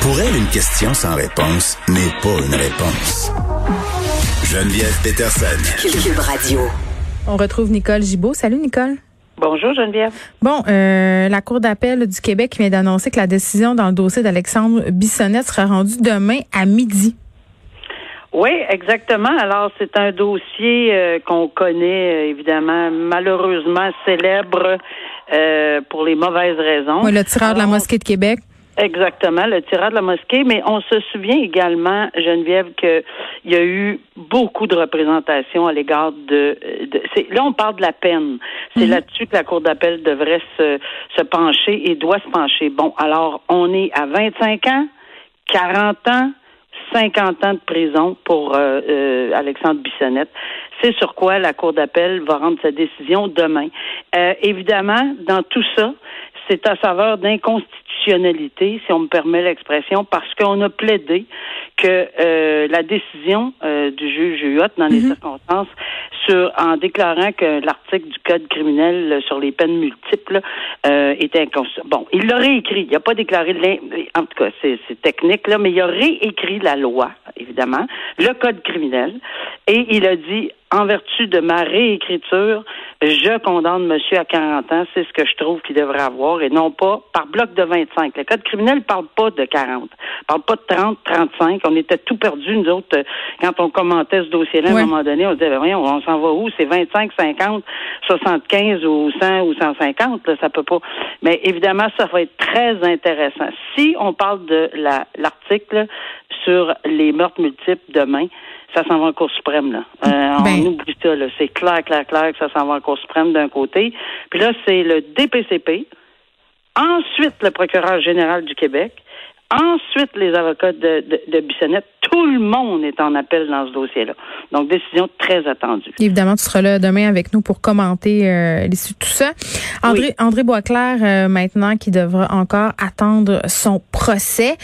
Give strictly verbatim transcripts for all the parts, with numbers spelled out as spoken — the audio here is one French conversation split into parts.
Pour elle, une question sans réponse n'est pas une réponse. Geneviève Peterson. Cube Radio. On retrouve Nicole Gibault. Salut, Nicole. Bonjour Geneviève. Bon, euh, la Cour d'appel du Québec vient d'annoncer que la décision dans le dossier d'Alexandre Bissonnette sera rendue demain à midi. Oui, exactement. Alors, c'est un dossier euh, qu'on connaît, euh, évidemment, malheureusement célèbre euh, pour les mauvaises raisons. Oui, le tireur Alors, de la mosquée de Québec. Exactement, le tireur de la mosquée, mais on se souvient également, Geneviève, que il y a eu beaucoup de représentations à l'égard de, de c'est, là on parle de la peine. C'est mm-hmm. là-dessus que la Cour d'appel devrait se, se pencher et doit se pencher. Bon, alors on est à vingt-cinq ans, quarante ans, cinquante ans de prison pour euh, euh, Alexandre Bissonnette. C'est sur quoi la Cour d'appel va rendre sa décision demain. Euh, évidemment, dans tout ça, c'est à saveur d'inconstitutionnalité, si on me permet l'expression, parce qu'on a plaidé que euh, la décision euh, du juge Huot, dans les mm-hmm. circonstances, sur en déclarant que l'article du Code criminel sur les peines multiples euh, était inconstitutionnel. Bon, il l'a réécrit. Il n'a pas déclaré, en tout cas, c'est, c'est technique, là, mais il a réécrit la loi, évidemment, le Code criminel, et il a dit, en vertu de ma réécriture, je condamne monsieur à quarante ans, c'est ce que je trouve qu'il devrait avoir, et non pas par bloc de vingt-cinq. Le Code criminel ne parle pas de quarante, ne parle pas de trente, trente-cinq. On était tout perdus, nous autres, quand on commentait ce dossier-là, ouais. À un moment donné, on disait, ben, voyons, on s'en va où? C'est vingt-cinq, cinquante, soixante-quinze ou cent ou cent cinquante, là, ça peut pas. Mais évidemment, ça va être très intéressant. Si on parle de la, l'article sur les meurtres multiples demain, ça s'en va en Cour suprême, là. Euh, ben. On oublie ça, là. C'est clair, clair, clair que ça s'en va en Cour suprême d'un côté. Puis là, c'est le D P C P. Ensuite, le procureur général du Québec. Ensuite, les avocats de, de, de Bissonnette. Tout le monde est en appel dans ce dossier-là. Donc, décision très attendue. Évidemment, tu seras là demain avec nous pour commenter euh, l'issue de tout ça. André, oui. André Boisclair, euh, maintenant, qui devra encore attendre son procès.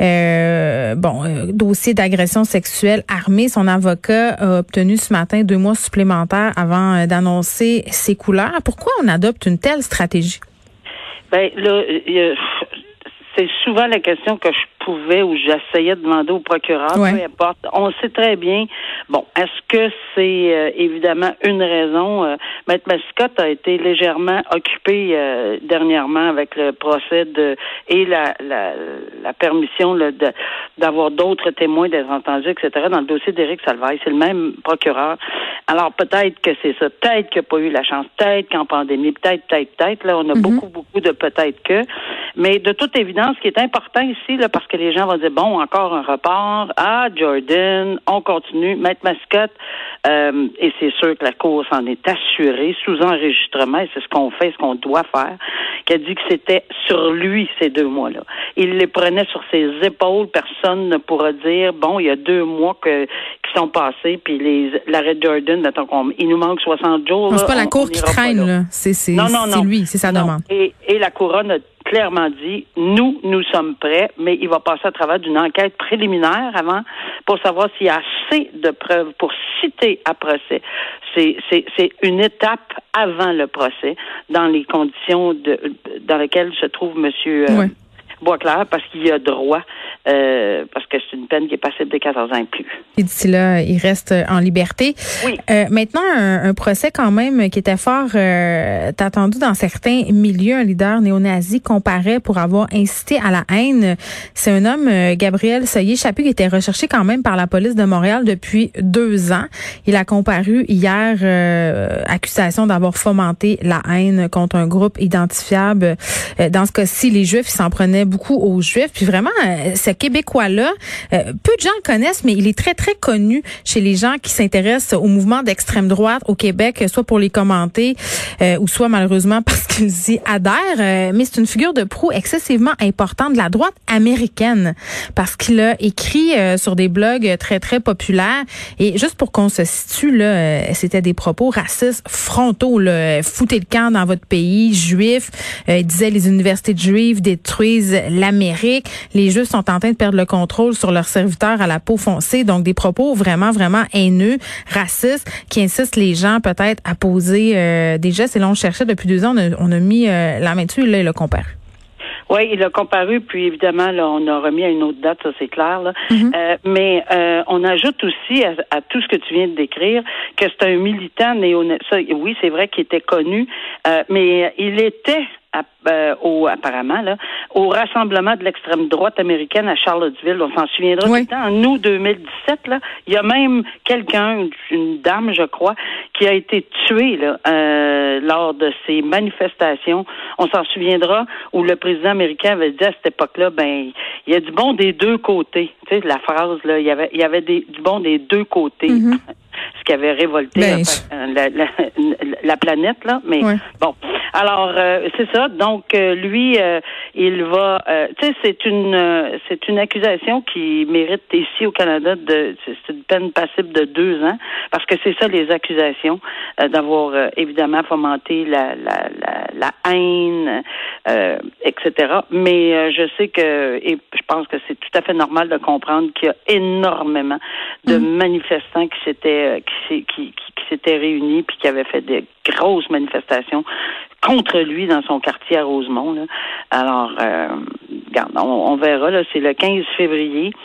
Euh, bon, euh, dossier d'agression sexuelle armée. Son avocat a obtenu ce matin deux mois supplémentaires avant euh, d'annoncer ses couleurs. Pourquoi on adopte une telle stratégie? Ben, là, il y a... C'est souvent la question que je pouvais ou j'essayais de demander au procureur, ouais. Peu importe. On sait très bien, bon, est-ce que c'est euh, évidemment une raison? Euh, Maître Mascotte a été légèrement occupé euh, dernièrement avec le procès de et la la, la permission là, de, d'avoir d'autres témoins, des entendus, et cetera dans le dossier d'Éric Salvaille. C'est le même procureur. Alors peut-être que c'est ça, peut-être qu'il n'a pas eu la chance, peut-être qu'en pandémie, peut-être, peut-être, peut-être. Là, on a mm-hmm. beaucoup, beaucoup de peut-être que. Mais de toute évidence, ce qui est important ici, là, parce que les gens vont dire, bon, encore un report, ah, Jordan, on continue, Maître Mascotte, euh, et c'est sûr que la Cour s'en est assurée, sous enregistrement, et c'est ce qu'on fait, ce qu'on doit faire, qui a dit que c'était sur lui, ces deux mois-là. Il les prenait sur ses épaules, personne ne pourra dire, bon, il y a deux mois que, qui sont passés, puis les, l'arrêt de Jordan, mettons qu'on, il nous manque soixante jours. Non, c'est pas on, la Cour qui traîne, là. là. C'est, c'est, non, non, c'est non. lui, c'est sa non. demande. Et, et la Couronne a clairement dit, nous, nous sommes prêts, mais il va passer à travers d'une enquête préliminaire avant pour savoir s'il y a assez de preuves pour citer à procès. C'est, c'est, c'est une étape avant le procès dans les conditions de, dans lesquelles se trouve monsieur euh, ouais. Boisclair, parce qu'il y a droit, euh, parce que c'est une peine qui est passible de quatorze ans et plus. Et d'ici là, il reste en liberté. Oui. Euh, maintenant, un, un procès quand même qui était fort euh, attendu dans certains milieux. Un leader néo-nazi comparaît pour avoir incité à la haine. C'est un homme, euh, Gabriel Soyer-Chaput, qui était recherché quand même par la police de Montréal depuis deux ans. Il a comparu hier, euh, accusation d'avoir fomenté la haine contre un groupe identifiable. Euh, dans ce cas-ci, les Juifs, ils s'en prenaient beaucoup aux Juifs. Puis vraiment, euh, ce Québécois-là, euh, peu de gens le connaissent, mais il est très, très connu chez les gens qui s'intéressent au mouvement d'extrême droite au Québec, soit pour les commenter, euh, ou soit malheureusement parce qu'ils y adhèrent. Euh, mais c'est une figure de proue excessivement importante de la droite américaine, parce qu'il a écrit euh, sur des blogs très, très populaires. Et juste pour qu'on se situe, là, euh, c'était des propos racistes frontaux. Là. Foutez le camp dans votre pays, juifs. Euh, il disait les universités juives détruisent l'Amérique. Les Juifs sont en train de perdre le contrôle sur leurs serviteurs à la peau foncée. Donc, des propos vraiment, vraiment haineux, racistes, qui insistent les gens peut-être à poser euh, des gestes. Et là, on cherchait depuis deux ans, on a, on a mis euh, la main dessus et là, il a comparé. Oui, il a comparu, puis évidemment, là, on a remis à une autre date, ça c'est clair. Là. Mm-hmm. Euh, mais euh, on ajoute aussi à, à tout ce que tu viens de décrire que c'est un militant néo-nazi. Oui, c'est vrai qu'il était connu, euh, mais il était À, euh, au, apparemment, là, au rassemblement de l'extrême droite américaine à Charlottesville. On s'en souviendra oui. tout le temps. En août deux mille dix-sept, là, il y a même quelqu'un, une, une dame, je crois, qui a été tuée là, euh, lors de ces manifestations. On s'en souviendra où le président américain avait dit à cette époque-là, ben, il y a du bon des deux côtés. Tu sais, la phrase, là, il y avait, il y avait des, du bon des deux côtés. Mm-hmm. Ce qui avait révolté ben, la, la, la, la planète, là. Mais ouais. bon. Alors, euh, c'est ça. Donc, euh, lui, euh, il va... Euh, tu sais, c'est une euh, c'est une accusation qui mérite ici au Canada de... C'est une peine passible de deux ans, parce que c'est ça, les accusations, euh, d'avoir euh, évidemment fomenté la, la, la, la haine, euh, et cetera. Mais euh, je sais que... Et je pense que c'est tout à fait normal de comprendre qu'il y a énormément de mmh. manifestants qui s'étaient... qui, qui, qui, qui s'étaient réunis puis qui avaient fait des grosses manifestations contre lui dans son quartier à Rosemont. Là. Alors, euh, regarde, on, on verra, là, c'est le quinze février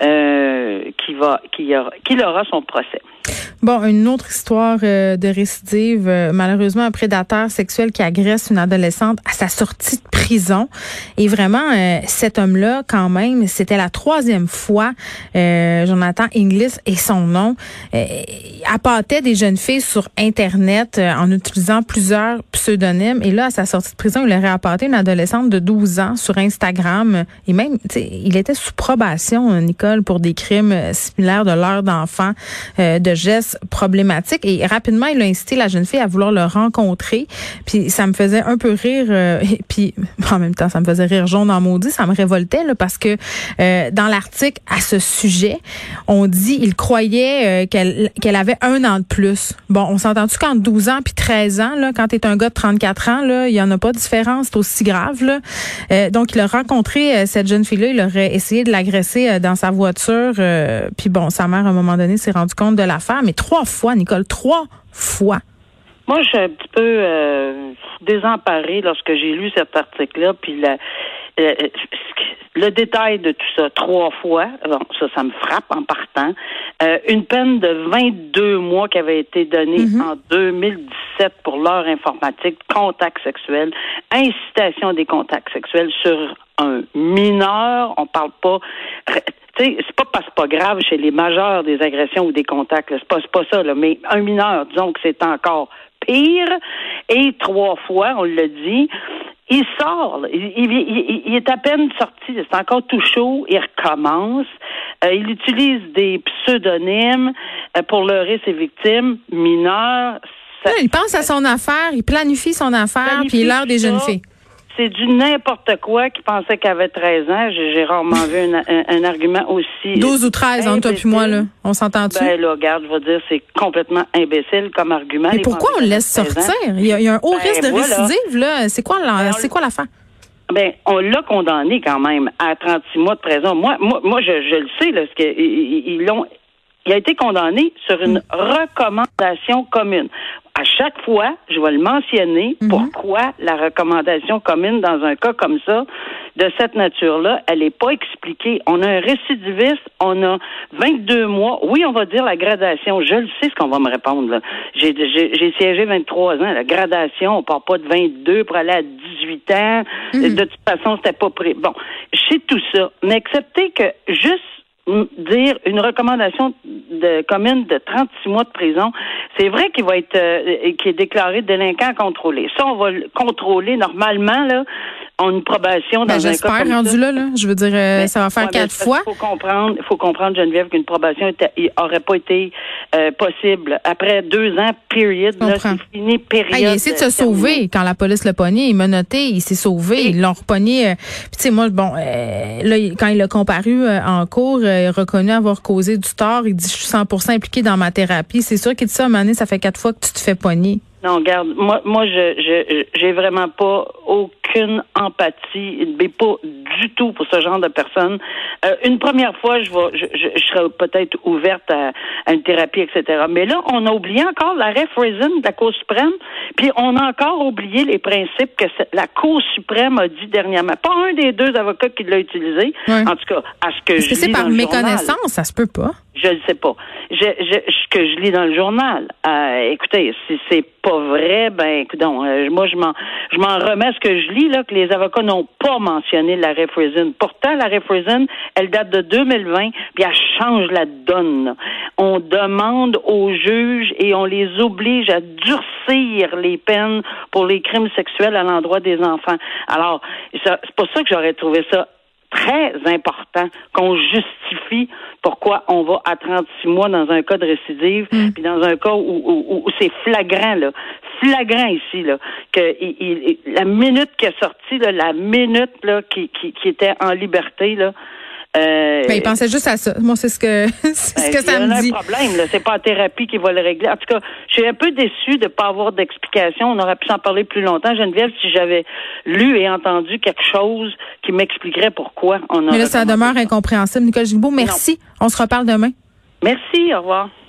euh, qui va, qui aura, qu'il aura son procès. Bon, une autre histoire euh, de récidive, euh, malheureusement un prédateur sexuel qui agresse une adolescente à sa sortie de prison. Et vraiment, euh, cet homme-là, quand même, c'était la troisième fois, euh, Jonathan Inglis et son nom, euh, appâtait des jeunes filles sur Internet euh, en utilisant plusieurs pseudonymes. Et là, à sa sortie de prison, il aurait appâté une adolescente de douze ans sur Instagram. Et même, tu sais, il était sous probation, Nicole, pour des crimes similaires de l'heure d'enfant, euh, de gestes problématiques. Et rapidement, il a incité la jeune fille à vouloir le rencontrer. Puis ça me faisait un peu rire. Euh, et puis en même temps, ça me faisait rire jaune en maudit. Ça me révoltait là, parce que euh, dans l'article à ce sujet, on dit il croyait euh, qu'elle qu'elle avait un an de plus. Bon, on s'entend-tu qu'entre douze ans puis treize ans, là, quand t'es un gars de trente-quatre ans, là, il y en a pas de différence. C'est aussi grave. Là. Euh, donc, il a rencontré euh, cette jeune fille-là. Il aurait essayé de l'agresser euh, dans sa voiture. Euh, puis bon, sa mère, à un moment donné, s'est rendu compte de l'affaire. Mais trois fois, Nicole, trois fois. Moi, je suis un petit peu euh, désemparée lorsque j'ai lu cet article-là, puis la, euh, le détail de tout ça, trois fois, bon, ça, ça me frappe en partant. Euh, une peine de vingt-deux mois qui avait été donnée mm-hmm. en deux mille dix-sept pour l'heure informatique, contact sexuel, incitation des contacts sexuels sur un mineur. On parle pas... Tu sais, c'est pas parce que c'est pas grave chez les majeurs des agressions ou des contacts, là. C'est pas, c'est pas ça, là. Mais un mineur, disons que c'est encore pire. Et trois fois, on l'a dit, il sort, là. Il, il, il, il est à peine sorti, c'est encore tout chaud, il recommence. Euh, il utilise des pseudonymes euh, pour leurrer ses victimes mineures. Ça, il pense à son affaire, il planifie son affaire, puis il leurre des jeunes filles. C'est du n'importe quoi qui pensait qu'elle avait treize ans. J'ai, j'ai rarement vu un, un, un argument aussi... douze ou treize, entre toi puis moi, là. On s'entend-tu? Ben là, regarde, je vais dire, c'est complètement imbécile comme argument. Mais pourquoi on le laisse sortir? Il y, a, il y a un haut ben, risque de voilà. récidive, là. C'est quoi, la, ben, c'est quoi l'affaire? Ben, on l'a condamné quand même à trente-six mois de prison. Moi, moi, moi je, je le sais, là, parce que ils, ils l'ont... Il a été condamné sur une recommandation commune. À chaque fois, je vais le mentionner, mm-hmm. pourquoi la recommandation commune dans un cas comme ça, de cette nature-là, elle n'est pas expliquée. On a un récidiviste, on a vingt-deux mois. Oui, on va dire la gradation. Je le sais ce qu'on va me répondre. Là. J'ai, j'ai, j'ai siégé vingt-trois ans. La gradation, on part pas de vingt-deux pour aller à dix-huit ans. Mm-hmm. De toute façon, c'était pas prêt. Bon, je sais tout ça. Mais acceptez que juste dire une recommandation de commune de trente-six mois de prison, c'est vrai qu'il va être euh, qu'il est déclaré délinquant contrôlé. Ça, on va le contrôler normalement, là. On a une probation dans ben, un cas comme rendu ça. là, là. Je veux dire, euh, ça va faire ouais, quatre fois. Il faut comprendre, il faut comprendre, Geneviève, qu'une probation était, aurait pas été euh, possible. Après deux ans, period, là, c'est fini, période. Ah, il a essayé de se sauver quand la police l'a pogné. Il m'a noté, il s'est sauvé. Et... Ils l'ont repogné. Euh, Puis tu sais, moi, bon, euh, là, quand il a comparu euh, en cours, euh, il a reconnu avoir causé du tort. Il dit, je suis cent pour cent impliqué dans ma thérapie. C'est sûr qu'il dit ça, à un moment donné, ça fait quatre fois que tu te fais pogner. Non, regarde, moi, moi, je, je, j'ai vraiment pas aucune empathie, mais pas du tout pour ce genre de personnes. Euh, une première fois, je vais, je, je, je serais peut-être ouverte à, à une thérapie, et cetera. Mais là, on a oublié encore l'arrêt Friesen de la Cour suprême, puis on a encore oublié les principes que la Cour suprême a dit dernièrement. Pas un des deux avocats qui l'a utilisé, oui. En tout cas, à ce que Est-ce je que c'est lis par dans le méconnaissance? journal. Ça se peut pas. Je ne sais pas. Je, je, ce que je lis dans le journal, euh, écoutez, si c'est pas vrai, ben, écoute, euh, moi, je m'en, je m'en remets à ce que je lis, là, que les avocats n'ont pas mentionné l'arrêt Friesen. Pourtant, l'arrêt Friesen, elle date de deux mille vingt, puis elle change la donne, là. On demande aux juges et on les oblige à durcir les peines pour les crimes sexuels à l'endroit des enfants. Alors, ça, c'est pour ça que j'aurais trouvé ça très important qu'on justifie pourquoi on va à trente-six mois dans un cas de récidive, mm. puis dans un cas où, où, où c'est flagrant, là, flagrant ici, là, que il, il, la minute qui est sortie, là, la minute là, qui, qui, qui était en liberté, là. Euh, ben, il pensait juste à ça. Moi, c'est ce que c'est ce que ça me dit. Il y a un problème, là. C'est pas la thérapie qui va le régler. En tout cas, je suis un peu déçue de ne pas avoir d'explication. On aurait pu s'en parler plus longtemps. Geneviève, si j'avais lu et entendu quelque chose qui m'expliquerait pourquoi on a. Mais là, ça demeure incompréhensible. Nicole Gibault, merci. Non. On se reparle demain. Merci. Au revoir.